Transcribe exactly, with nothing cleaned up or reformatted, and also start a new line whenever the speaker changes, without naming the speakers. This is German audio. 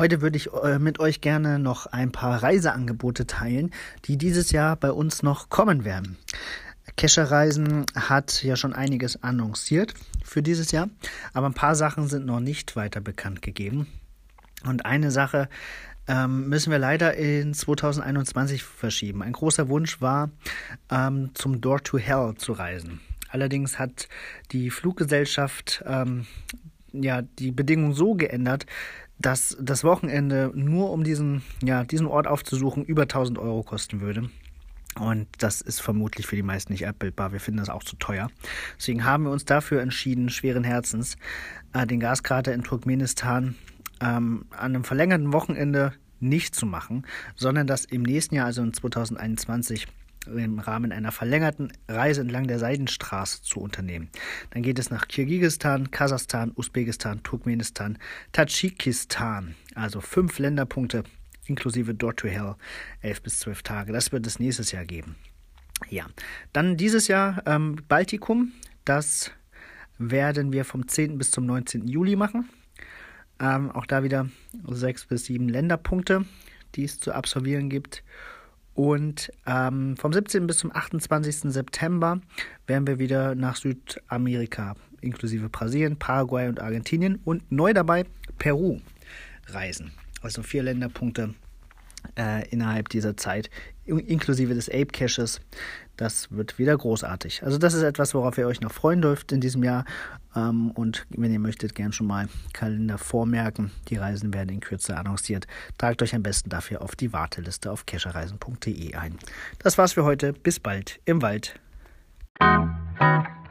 Heute würde ich äh, mit euch gerne noch ein paar Reiseangebote teilen, die dieses Jahr bei uns noch kommen werden. Kescher Reisen hat ja schon einiges annonciert für dieses Jahr, aber ein paar Sachen sind noch nicht weiter bekannt gegeben. Und eine Sache ähm, müssen wir leider in zwanzig einundzwanzig verschieben. Ein großer Wunsch war, ähm, zum Door to Hell zu reisen. Allerdings hat die Fluggesellschaft ähm, ja die Bedingungen so geändert, dass das Wochenende nur um diesen, ja, diesen Ort aufzusuchen über tausend Euro kosten würde. Und das ist vermutlich für die meisten nicht abbildbar. Wir finden das auch zu teuer. Deswegen haben wir uns dafür entschieden, schweren Herzens, äh, den Gaskrater in Turkmenistan ähm, an einem verlängerten Wochenende nicht zu machen, sondern das im nächsten Jahr, also in zwanzig einundzwanzig, im Rahmen einer verlängerten Reise entlang der Seidenstraße zu unternehmen. Dann geht es nach Kirgisistan, Kasachstan, Usbekistan, Turkmenistan, Tadschikistan, also fünf Länderpunkte inklusive Door to Hell, elf bis zwölf Tage. Das wird es nächstes Jahr geben. Ja, dann dieses Jahr ähm, Baltikum, das werden wir vom zehnten bis zum neunzehnten Juli machen. Ähm, auch da wieder sechs bis sieben Länderpunkte, die es zu absolvieren gibt. Und ähm, vom siebzehnten bis zum achtundzwanzigsten September werden wir wieder nach Südamerika, inklusive Brasilien, Paraguay und Argentinien und neu dabei Peru reisen. Also vier Länderpunkte äh, innerhalb dieser Zeit, inklusive des Ape Caches. Das wird wieder großartig. Also das ist etwas, worauf ihr euch noch freuen dürft in diesem Jahr. Ähm, und wenn ihr möchtet, gern schon mal Kalender vormerken. Die Reisen werden in Kürze annonciert. Tragt euch am besten dafür auf die Warteliste auf kescherreisen punkt de ein. Das war's für heute. Bis bald im Wald.